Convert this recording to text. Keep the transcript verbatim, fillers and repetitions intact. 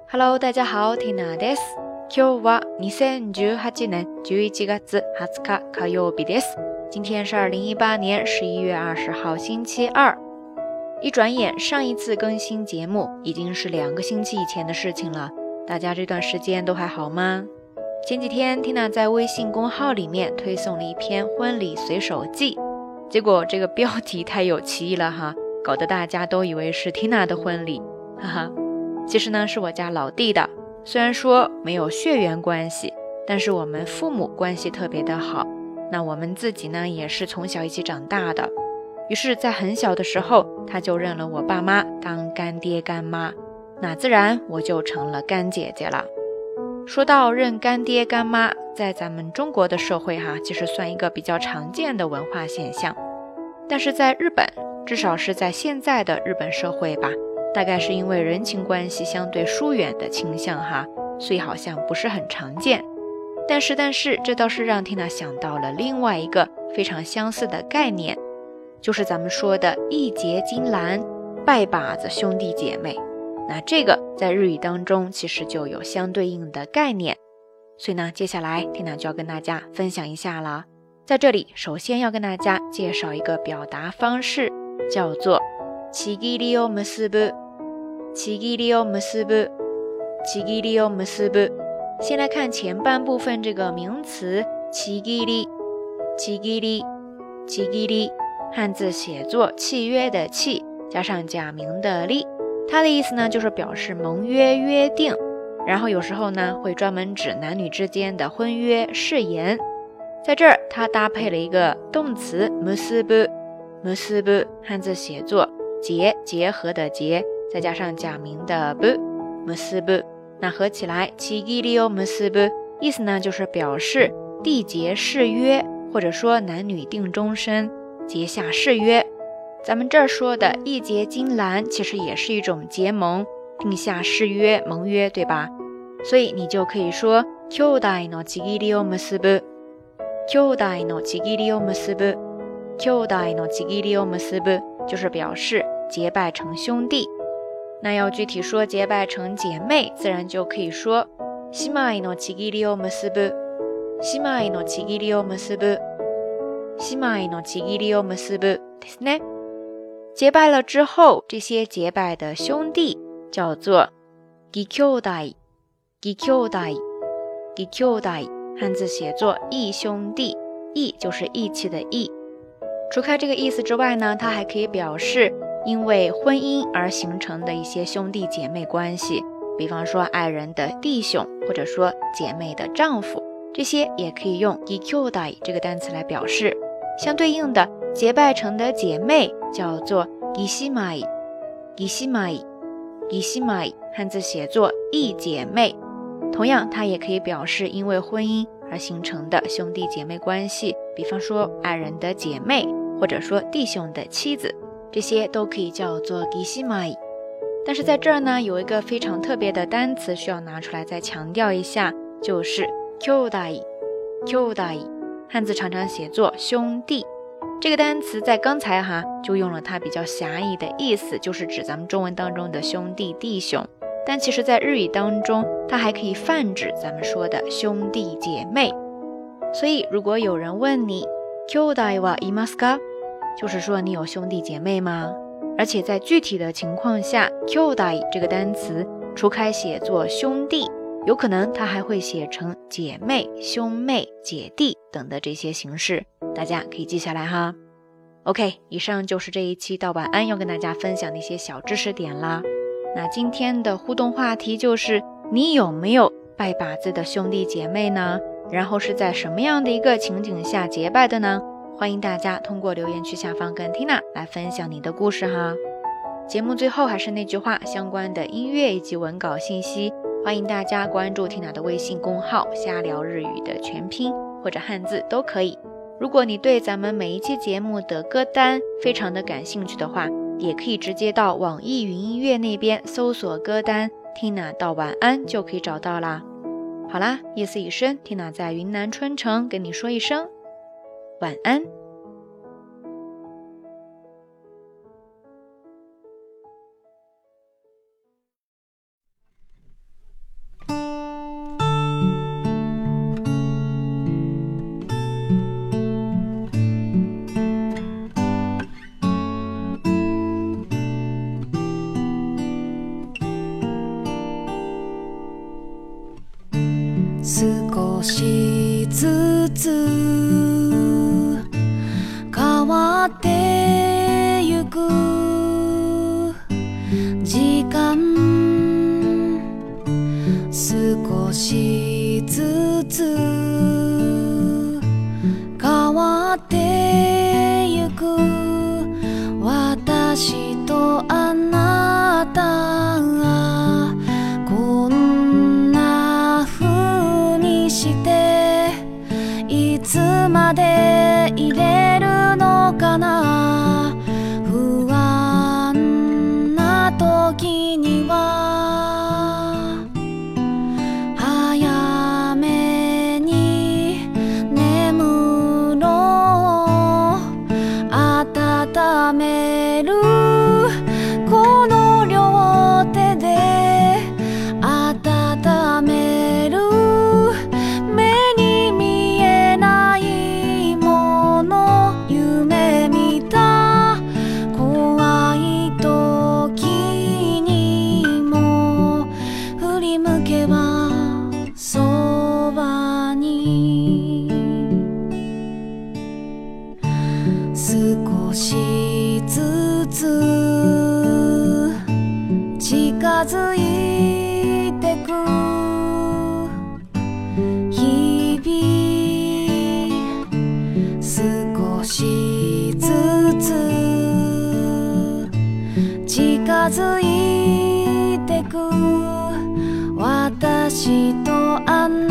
Hello， 大家好，Tina です。今日はにせんじゅうはちねんじゅういちがつはつか火曜日です。今天是二零一八年十一月二十号星期二。一转眼，上一次更新节目已经是两个星期以前的事情了。大家这段时间都还好吗？前几天 Tina 在微信公号里面推送了一篇婚礼随手记，结果这个标题太有歧义了哈，搞得大家都以为是 Tina 的婚礼，哈哈。其实呢是我家老弟的，虽然说没有血缘关系，但是我们父母关系特别的好，那我们自己呢也是从小一起长大的，于是在很小的时候他就认了我爸妈当干爹干妈，那自然我就成了干姐姐了。说到认干爹干妈，在咱们中国的社会哈，其实算一个比较常见的文化现象，但是在日本，至少是在现在的日本社会吧，大概是因为人情关系相对疏远的倾向哈，所以好像不是很常见。但是但是这倒是让 Tina 想到了另外一个非常相似的概念，就是咱们说的义结金兰，拜把子兄弟姐妹。那这个在日语当中其实就有相对应的概念，所以呢接下来 Tina 就要跟大家分享一下了。在这里首先要跟大家介绍一个表达方式，叫做ちぎりを結ぶちぎりを結ぶちぎりを結ぶ。先来看前半部分这个名词ちぎりちぎりちぎり，汉字写作契约的契加上假名的利，它的意思呢就是表示盟约约定，然后有时候呢会专门指男女之间的婚约誓言。在这儿它搭配了一个动词結ぶ結ぶ，汉字写作结结合的结再加上假名的不結ぶ，那合起来ちぎりを結ぶ，意思呢就是表示缔结誓约，或者说男女定终身，结下誓约。咱们这儿说的义结金兰其实也是一种结盟，定下誓约盟约，对吧？所以你就可以说兄弟のちぎりを結ぶ兄弟のちぎりを結ぶ兄弟のちぎりを結ぶ，就是表示结拜成兄弟。那要具体说结拜成姐妹，自然就可以说姉妹のちぎりを結ぶ姉妹のちぎりを結ぶ姉妹のちぎりを結ぶですね。结拜了之后，这些结拜的兄弟叫做義兄弟義兄弟義兄弟，汉字写作义兄弟，义就是义气的义。除开这个意思之外呢，它还可以表示因为婚姻而形成的一些兄弟姐妹关系，比方说爱人的弟兄，或者说姐妹的丈夫，这些也可以用義兄弟这个单词来表示。相对应的结拜成的姐妹叫做義姉妹義姉妹義姉妹，汉字写作义姐妹。同样它也可以表示因为婚姻而形成的兄弟姐妹关系，比方说爱人的姐妹，或者说弟兄的妻子，这些都可以叫做義姉妹。但是在这儿呢有一个非常特别的单词需要拿出来再强调一下，就是兄弟兄弟，汉字常常写作兄弟。这个单词在刚才哈就用了它比较狭义的意思，就是指咱们中文当中的兄弟弟兄，但其实在日语当中它还可以泛指咱们说的兄弟姐妹。所以如果有人问你兄弟はいますか，就是说你有兄弟姐妹吗？而且在具体的情况下，兄弟这个单词除开写作兄弟，有可能它还会写成姐妹兄妹姐弟等的这些形式，大家可以记下来哈。 OK， 以上就是这一期到晚安要跟大家分享的一些小知识点啦。那今天的互动话题就是你有没有拜把子的兄弟姐妹呢？然后是在什么样的一个情景下结拜的呢？欢迎大家通过留言区下方跟 Tina 来分享你的故事哈。节目最后还是那句话，相关的音乐以及文稿信息欢迎大家关注 Tina 的微信公号瞎聊日语的全拼或者汉字都可以。如果你对咱们每一期节目的歌单非常的感兴趣的话，也可以直接到网易云音乐那边搜索歌单 Tina 到晚安就可以找到啦。好啦，夜色已深， Tina 在云南春城跟你说一声晚安。 少しずつ変わってゆく時間少しずつ変わってゆく私とあなたがこんな風にしていつまでいれるのかな不安な時には早めに眠ろう温めるこの両手で温める目に見えないもの夢見た怖い時にも振り向けばそばに少しずつ近づいてく日々少しずつ近づいてく私とあなた